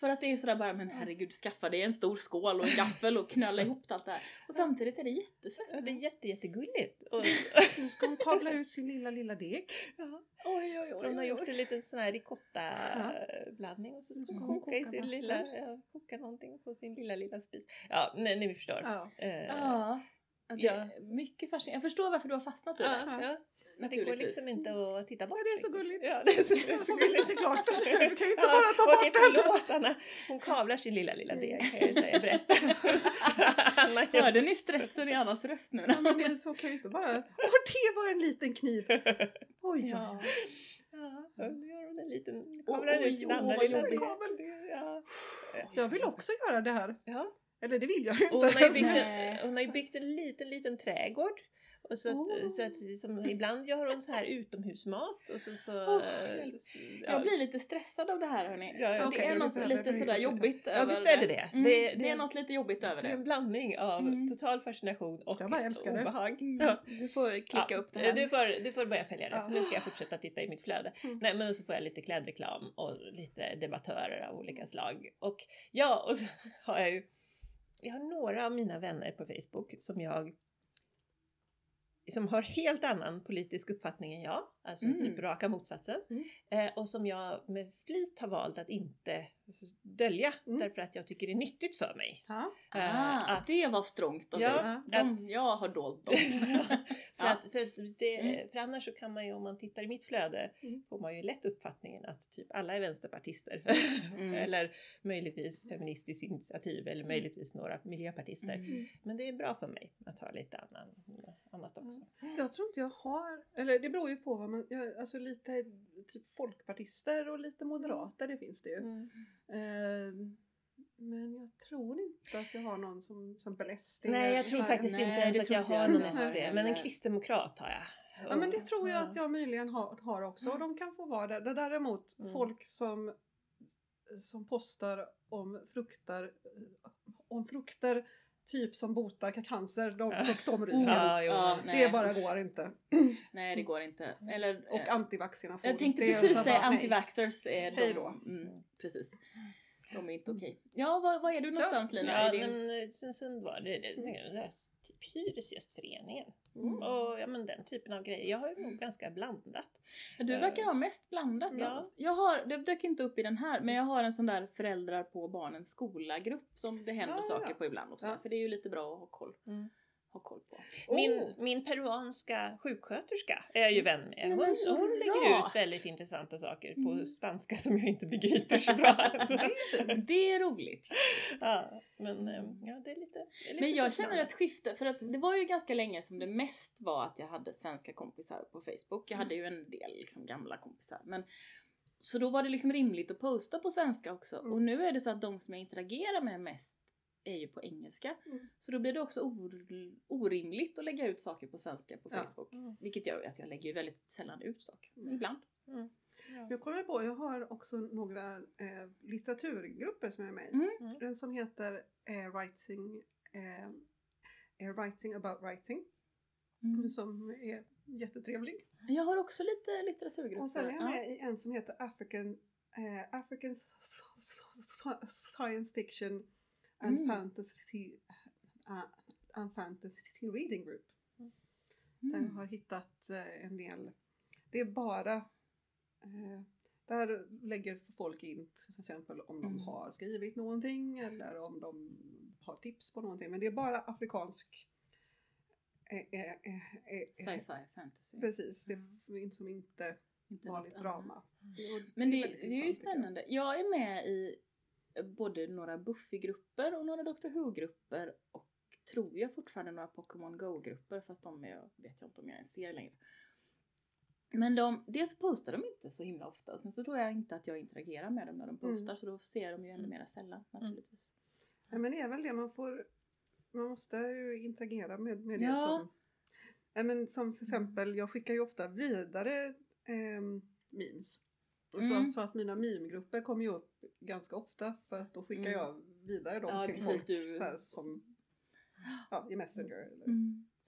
För att det är sådär bara, men herregud, skaffa dig en stor skål och en gaffel och knölla ihop allt det här. Och samtidigt är det jättesött. Ja, det är jätte, jättegulligt. Och, Nu ska hon kavla ut sin lilla, lilla deg. ja. Oj, oj, För hon har oj, gjort oj. en liten sån här ricotta-blandning och så ska hon Mm. koka i Koka sin vatten. lilla, ja, koka någonting på sin lilla, lilla spis. Ja, nej, ni förstår. Ja. Eh, Ja, det Ja. är mycket fascinerande. Jag förstår varför du har fastnat i det. ja, ja. Men det går Naturligtvis. liksom inte att titta bort. Ja, det är så gulligt. Ja, det är så, det är så får vi gulligt. inte klart. Du kan ju inte Ja, bara ta okej, bort den. förlåt Anna. Hon kavlar sin lilla, lilla deg kan jag ju säga. Berätta. Anna, jag... Hörde ni stressen i Annas röst nu? Ja, men det är så kan ju inte bara... Åh, det var en liten kniv! Oj, Ja. Ja, nu gör hon en liten... Oj, Kavlar ut oj, sin oj, andra vad lilla jobbigt. deg. Ja. Jag vill också göra det här. Ja. Eller det vill jag ju Och hon har ju inte. byggt Nej. en, hon har ju byggt en liten, liten trädgård. Och så att, Oh. så att som, ibland gör hon så här utomhusmat. Och så, så, Oh, hjälp. så- Jag blir lite stressad av det här, hörni. Ja, ja, det okej, är du något behöver- lite sådär behöver- jobbigt Ja, över visst är det det. Mm, Det- det, det- är något lite jobbigt över Det är en det. blandning av Mm. total fascination och Jag bara älskar det. obehag. Mm, Ja. du får klicka Ja, upp det här. Du får, du får börja följa det, Ja. för nu ska jag fortsätta titta i mitt flöde. Mm. Nej, men så får jag lite klädreklam och lite debattörer av olika slag. Och ja, och så har jag ju, jag har några av mina vänner på Facebook som jag som har helt annan politisk uppfattning än jag, alltså Mm. typ raka motsatsen. Mm. Eh, och som jag med flit har valt att inte dölja, Mm. därför att jag tycker det är nyttigt för mig. Ja. Eh, Ah, att det var strångt av Ja, dig. De, att- jag har dolt dem. för, Ja. att, för, att det, Mm. för annars så kan man ju, om man tittar i mitt flöde, Mm. får man ju lätt uppfattningen att typ alla är vänsterpartister. Mm. Eller möjligtvis feministiskt initiativ eller möjligtvis några miljöpartister. Mm. Men det är bra för mig att ha lite annan, annat också. Jag tror inte jag har, eller det beror ju på vad man, jag, alltså lite typ folkpartister och lite moderater, det finns det ju. Mm. Eh, men jag tror inte att jag har någon som till exempel S D. Nej, jag tror så här. faktiskt Nej, inte det ens att tror jag inte jag har någon heller. S D. Men en kristdemokrat har jag. Ja, men det tror jag Ja. att jag möjligen har, har också. Och de kan få vara det. Det däremot Mm. folk som, som postar om frukter, om frukter typ som botar cancer, de, Ja. de ryker. Ja, jo. Ja, Det nej, bara usch. går inte. Nej, det går inte. Eller, Och eh, antivaxxerna folk. jag tänkte det är precis så säga bara, nej. antivaxxers är de. Hej då. Mm, precis. De är inte okej. Ja, var, var är du någonstans Lina? Ja, I din... men sen, sen var det, det, det, det typ Hyresgästföreningen. Mm. Och ja, men den typen av grejer. Jag har ju nog ganska blandat. Du verkar ha mest blandat Ja. av oss. Jag har, det dök inte upp i den här, men jag har en sån där föräldrar på barnens skola-grupp som det händer Ja, saker ja. på ibland och så. Ja. För det är ju lite bra att ha koll, Mm. ha koll på. Min, Oh. min peruanska sjuksköterska är jag ju vän med. Nej, Hon, men så hon lägger rart. ut väldigt intressanta saker på Mm. spanska som jag inte begriper så bra. Det är roligt. Ja, men eh, ja, det är lite, det är lite Men jag så känner ett skifte, för att det var ju ganska länge som det mest var att jag hade svenska kompisar på Facebook. Jag hade ju en del liksom gamla kompisar. Men, så då var det liksom rimligt att posta på svenska också. Mm. Och nu är det så att de som jag interagerar med mest är ju på engelska. Mm. Så då blir det också or- orimligt att lägga ut saker på svenska på Ja. Facebook. Mm. Vilket jag, alltså jag lägger ju väldigt sällan ut saker. Mm. Ibland. Mm. Ja. Jag kommer på, jag har också några eh, litteraturgrupper som jag är med i. Mm. En som heter eh, Writing, eh, eh, Writing about writing. Mm. Som är jättetrevlig. Jag har också lite litteraturgrupper. Och sen är jag Ja. med i en som heter African, eh, African s- s- s- Science Fiction and Mm. Fantasy uh, and Fantasy Reading Group. Där jag Mm. har hittat eh, en del. Det är bara eh, där lägger folk in till exempel om de Mm. har skrivit någonting eller om de har tips på någonting. Men det är bara afrikansk eh, eh, eh, eh, Sci-fi, fantasy. Precis, det är som inte Inte vanligt något annat. drama. Och Men det, väldigt det är ju intressant, tycker jag. spännande. Jag är med i både några Buffy-grupper och några Doctor Who-grupper. Och tror jag fortfarande några Pokémon Go-grupper. Fast de är, vet jag inte om jag ens ser längre. Men de, dels postar de inte så himla ofta. Och sen så tror jag inte att jag interagerar med dem när de postar. Mm. Så då ser de ju ännu mer sällan naturligtvis. Ja, men det är väl det man får. Man måste ju interagera med, med det Ja. som. Ja, men som till exempel, jag skickar ju ofta vidare ehm, memes. Och så, Mm. så att mina meme-grupper kommer ju upp ganska ofta. För att då skickar Mm. jag vidare dem Ja, till precis, folk du- så här, som ja, i Messenger. Eller. Mm.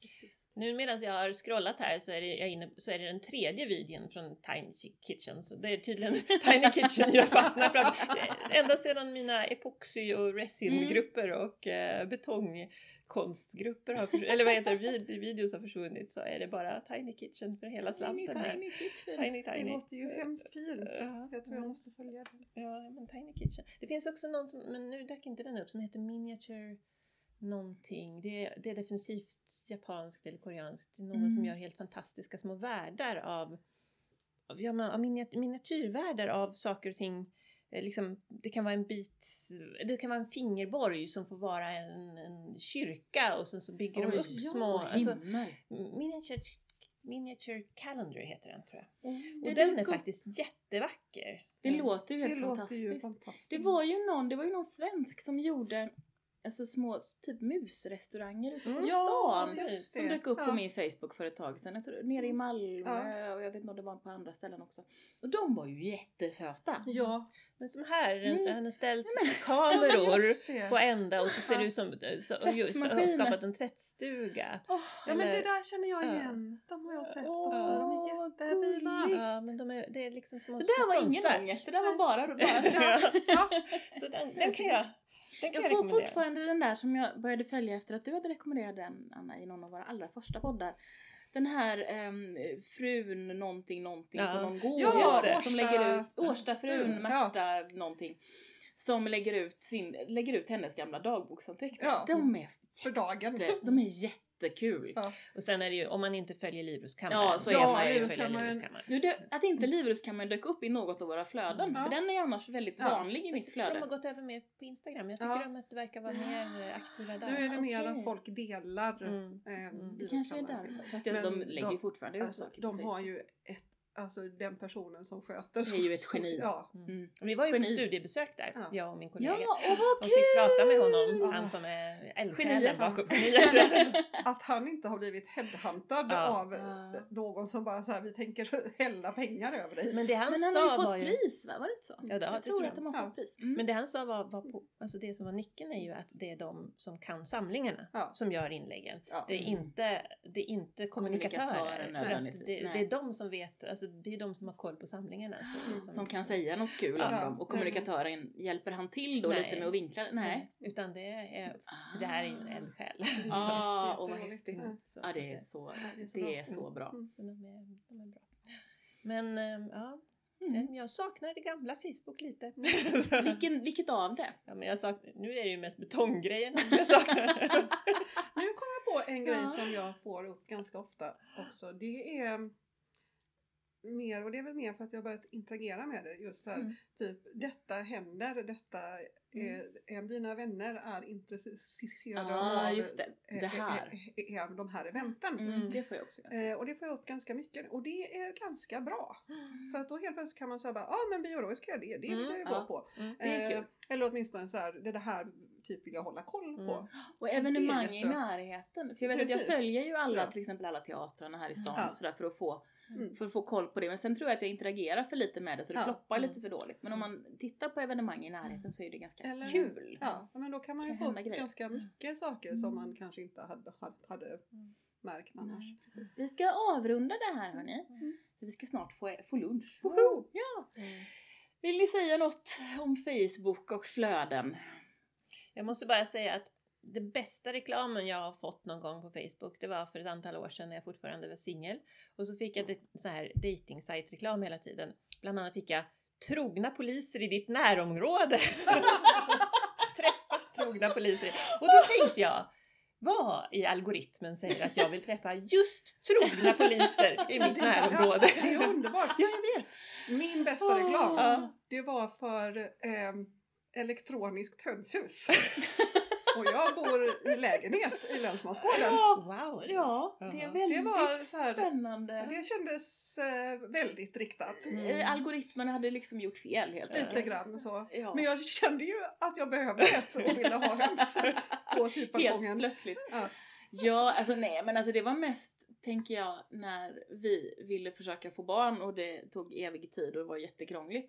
Nu medan jag har scrollat här så är det, jag inne, så är det den tredje videon från Tiny Kitchen. Så det är tydligen Tiny Kitchen jag fastnar fram. Ända sedan mina epoxy- och resingrupper och eh, betongkonstgrupper har försvunnit, eller vad heter det, vid, videos har försvunnit, så är det bara Tiny Kitchen för hela slanten Tiny, här. tiny Kitchen. Tiny, tiny. Det låter ju hemskt fint. Ja. Jag tror jag måste följa den. Ja, men Tiny Kitchen. Det finns också någon som, men nu dök inte den upp, som heter Miniature någonting. Det är, det är definitivt japanskt eller koreanskt. Det är någon Mm. som gör helt fantastiska små världar av, av, ja, av miniaty- miniatyrvärldar av saker och ting. Eh, Liksom, det kan vara en bit, det kan vara en fingerborg som får vara en, en kyrka, och sen så bygger de Oj, upp ja, små, alltså, himmel. miniature, miniature calendar heter den, tror jag. Det Och den är dyker upp- faktiskt jättevacker. Det Mm. låter ju helt Det låter fantastiskt. ju fantastiskt. Det var ju någon, det var ju någon svensk som gjorde alltså små typ musrestauranger ute på Mm. Ja, stan. just Som det. dök upp Ja. på min Facebook för ett tag sedan. Jag tror, nere i Malmö och jag vet inte om det var på andra ställen också. Och de var ju jättesöta. Ja, Men som här, Mm. han har ställt ja, kameror just det. på ända, och så ser det ut som så, och just, har Tvättmaskiner. skapat en tvättstuga. Åh, Ja, men Eller- det där känner jag Ja. igen. De har jag sett Åh, också. De är jättefina. gulligt. Ja, men de är, det är liksom små det där var ingen konstverk. ångest, det där var bara, bara Ja. sött. Ja. Så den, den kan jag, den kan Jag jag får rekommendera. fortfarande den där som jag började följa efter att du hade rekommenderat den, Anna, i någon av våra allra första poddar. Den här ehm, frun någonting någonting Ja. på någon gård Ja, just det. som lägger ut, Årsta- Årstafrun, Ja. Märta någonting. Som lägger ut, sin, lägger ut hennes gamla dagboksanteckningar. Ja. De är För dagen. jätte, de är jättekul. Ja. Och sen är det ju, om man inte följer Livrustkammaren. Ja, så är får man man ju Livrustkammaren. följa Livrustkammaren. Nu det, att inte Livrustkammaren dök upp i något av våra flöden. Ja. För den är annars väldigt Ja. vanlig i mitt Jag tror de har flöde. gått över mer på Instagram. Jag tycker Ja. de att det verkar vara mer eh, aktiva där. Nu är det mer Okej. att folk delar. Mm. eh, Mm. Det kanske är Livrustkammaren. därför. Fast jag, Men de lägger ju de- fortfarande ut Alltså, saker på de har Facebook. ju ett, alltså den personen som sköter. Det är ju ett så- geni. Ja. Mm. Vi var ju på Geni. studiebesök där, Ja. jag och min kollega. Ja, och vad Och kul! fick prata med honom, Ja. han som är eldsjälen Geniet. bakom geniet. Att han inte har blivit headhuntad Ja. av Ja. någon som bara så här, vi tänker hälla pengar över dig. Men det han Men han sa har ju var fått ju... pris, va? Var det inte så? Ja, det, jag det tror tror att de har Ja. fått pris. Mm. Men det han sa var, var på, alltså det som var nyckeln är ju att det är de som kan samlingarna Ja. som gör inläggen. Ja. Det är inte, det är inte kommunikatörer. Kommunikatören För att nödvändigtvis, det, nej. det är de som vet, alltså det är de som har koll på samlingarna. Så det är Som kan säga något kul Ja. om dem. Och kommunikatören, hjälper han till då Nej. lite med att vinkla? Nej. Utan det är, för det här är ju en eldsjäl. Ah, Så och vad jätteroligt. häftigt. Ja. Så- Ja, så det är så, det är så bra. Mm. Så de är, de är bra. Men ehm, ja, Mm. jag saknar det gamla Facebook lite. Vilken, vilket av det? Ja, men jag saknar, nu är det ju mest betonggrejen jag saknar. Nu kom jag på en grej Ja. som jag får upp ganska ofta också. Det är mer, och det är väl mer för att jag har börjat interagera med det just här. Mm. Typ, detta händer, detta är, är dina vänner är intresserade Ah, av just det. eh, Det här. eh, eh, de här eventen. Mm, Mm. det får jag också ganska. Eh, och det får jag upp ganska mycket. Och det är ganska bra. För att då helt plötsligt kan man säga bara, ja ah, men biologiska är det, det vill Mm, jag ju ja. gå på. Mm. Det är Eh, kul. eller åtminstone så här, det, det här typ vill jag hålla koll på. Mm. Och evenemang det är i jätte- närheten. För jag vet att jag Precis. följer ju alla, Ja. till exempel alla teatrarna här i stan Ja. och sådär för att få Mm. för att få koll på det. Men sen tror jag att jag interagerar för lite med det så det Ja. ploppar Mm. lite för dåligt. Men om man tittar på evenemang i närheten så är det ganska Eller hur? kul. Ja, men då kan man ju Kan få hända upp grejer. ganska mycket saker Mm. som man kanske inte hade, hade, hade Mm. märkt annars. Nej, precis. Vi ska avrunda det här hörni. Mm. För vi ska snart få, få lunch. Woho! Ja. Mm. Vill ni säga något om Facebook och flöden? Jag måste bara säga att det bästa reklamen jag har fått någon gång på Facebook, det var för ett antal år sedan när jag fortfarande var singel. Och så fick jag det, så här dating-site-reklam hela tiden. Bland annat fick jag trogna poliser i ditt närområde. Träffa trogna poliser. Och då tänkte jag, vad i algoritmen säger att jag vill träffa just trogna poliser i mitt närområde? Ja, det är underbart. Ja, jag vet. Min bästa reklam, Åh. det var för ehm, elektroniskt hönshus. Och jag bor i lägenhet i Länsmansgården. Wow. Ja, det är Ja. väldigt Det var så här- spännande. Det kändes eh, väldigt riktat. Eh, Algoritmen hade liksom gjort fel helt Lite enkelt. grann så. Ja. Men jag kände ju att jag behövde ett och ville ha höns på typ Helt balkongen. plötsligt. Ja. Ja, alltså nej, men alltså det var mest, tänker jag, när vi ville försöka få barn och det tog evig tid och det var jättekrångligt.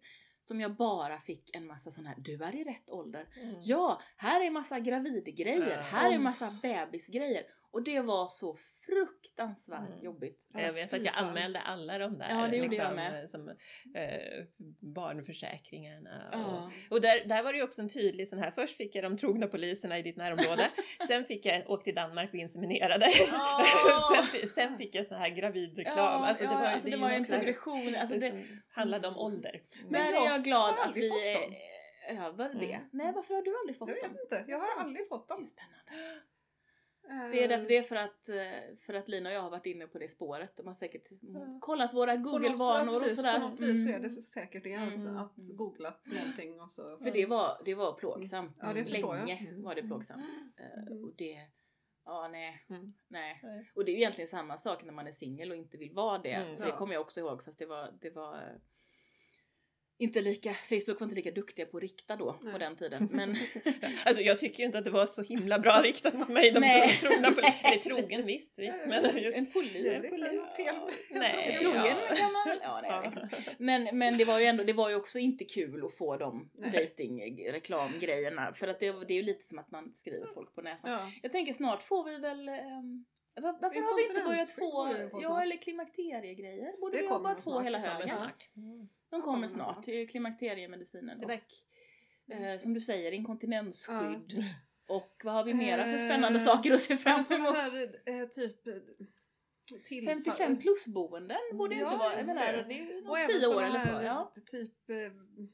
som jag bara fick en massa sån här, du är i rätt ålder. Mm. Ja, här är massa gravidgrejer, Ja. här är massa bebisgrejer. Och det var så fruktansvärt Mm. jobbigt. Så Jag vet att jag anmälde alla de där Ja, det gjorde liksom, jag med. som, eh, barnförsäkringarna. Ja. Och, och där, där var det ju också en tydlig sån här, först fick jag de trogna poliserna i ditt närområde, sen fick jag åka till Danmark och inseminerade. Oh. sen, sen fick jag sån här gravidreklam. Ja, alltså, ja, det var, alltså, det ju var ju en något där- progression. Alltså, det det, som handlade om ålder. där Men är jag jag glad har att aldrig vi fått är dem. över det. Mm. Nej, varför har du aldrig fått Jag dem? vet inte, jag har aldrig fått Det dem. är spännande. Det är, därför, det är för, att, eh, för att Lina och jag har varit inne på det spåret. De har säkert Ja. kollat våra Google-vanor och sådär. På något vis så är det Mm. så säkert det Mm. att, att googlat någonting och så. För det var, det var plågsamt. Ja, det förstår jag. Länge var det plågsamt. Eh, Mm. Och det, ja nej, Mm. nej. Nej. Och det är ju egentligen samma sak när man är singel och inte vill vara det. Mm. För det Ja. kommer jag också ihåg, fast det var, det var eh, inte lika, Facebook var inte lika duktiga på att rikta då, Nej. på den tiden. Men Alltså jag tycker ju inte att det var så himla bra riktat mot mig. De Nej. tro- trogna på, Nej. eller trogen visst, visst. Men just, en polis. Det är lite fel. nej, Trogen ja. kan man väl, ja nej jag vet Ja. inte. Men, men det var ju ändå, det var ju också inte kul att få de Nej. dating-reklamgrejerna. För att det, det är ju lite som att man skriver folk på näsan. Ja. Jag tänker snart får vi väl, um, var, varför En har vi inte börjat kontinensskydd få, borde vi få ja snart. eller klimakteriegrejer? Borde Det vi ha kommer börjat nog få snart, hela det kommer högen? Snart. Mm. De kommer kommer snart, snart. det är ju klimakteriemedicinen. Det Och, där eh, som du säger, inkontinensskydd. Ja. Och vad har vi mera för Eh, spännande saker att se fram Men sådana emot? här eh, typ eh, tillsa- femtiofem plus boenden borde ju Ja, inte vara, jag just menar, det. det är ju och något även tio år sådana eller så. här, Ja. typ eh,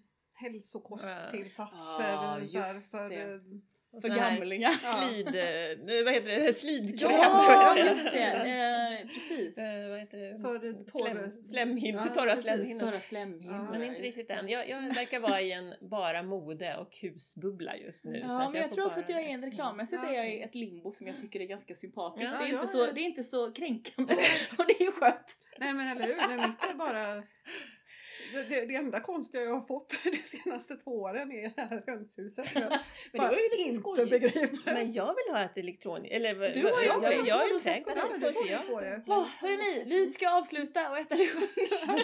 hälsokosttillsatser Ja, så här, just för det. eh, Och För sån här gamlingar. Ja. Slid, eh, nu, vad heter det? Slidkräm. Ja, vad heter just det. Eh, precis. Eh, vad heter det? För torr- Slem, slemhinnor, Ja, torra precis. slemhinnor. Stora slemhinnor. Ja, Men inte just riktigt det. än. Jag, jag verkar vara i en bara mode och husbubbla just nu. så Ja, att men jag får tror också bara att jag är det. en reklammässigt Ja. är jag i ett limbo som jag tycker är ganska sympatiskt. Ja, det, är ja, inte ja. så, det är inte så kränkande och det är ju skönt. Nej men eller hur, nej, mitt är bara det, det, det enda konstiga jag har fått de senaste två åren är det här hönshuset. Jag Men det bara var ju lite inte skojigt. begriper. Men jag vill ha ett elektroniskt... Eller, vad- Du har ju jag, också jag, jag har ju ett trädgård. ja, det du får borde inte jag. få det. Åh, hörrni, vi ska avsluta och äta lunch.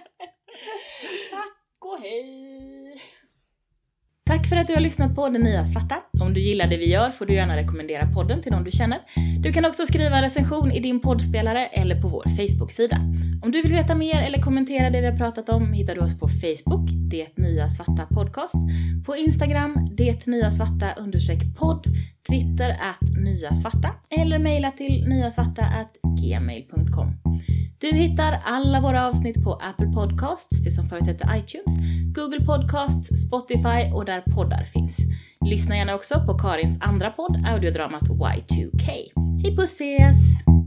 Tack och hej! Tack för att du har lyssnat på Det Nya Svarta. Om du gillar det vi gör får du gärna rekommendera podden till någon du känner. Du kan också skriva recension i din poddspelare eller på vår Facebook-sida. Om du vill veta mer eller kommentera det vi har pratat om hittar du oss på Facebook, Det Nya Svarta Podcast, på Instagram, Det Nya Svarta understreck podd, Twitter at Nya Svarta eller mejla till nyasvarta at gmail punkt com. Du hittar alla våra avsnitt på Apple Podcasts, det som förut hette iTunes, Google Podcasts, Spotify och där poddar finns. Lyssna gärna också på Karins andra podd, audiodramat Y two K. Hej puss ses!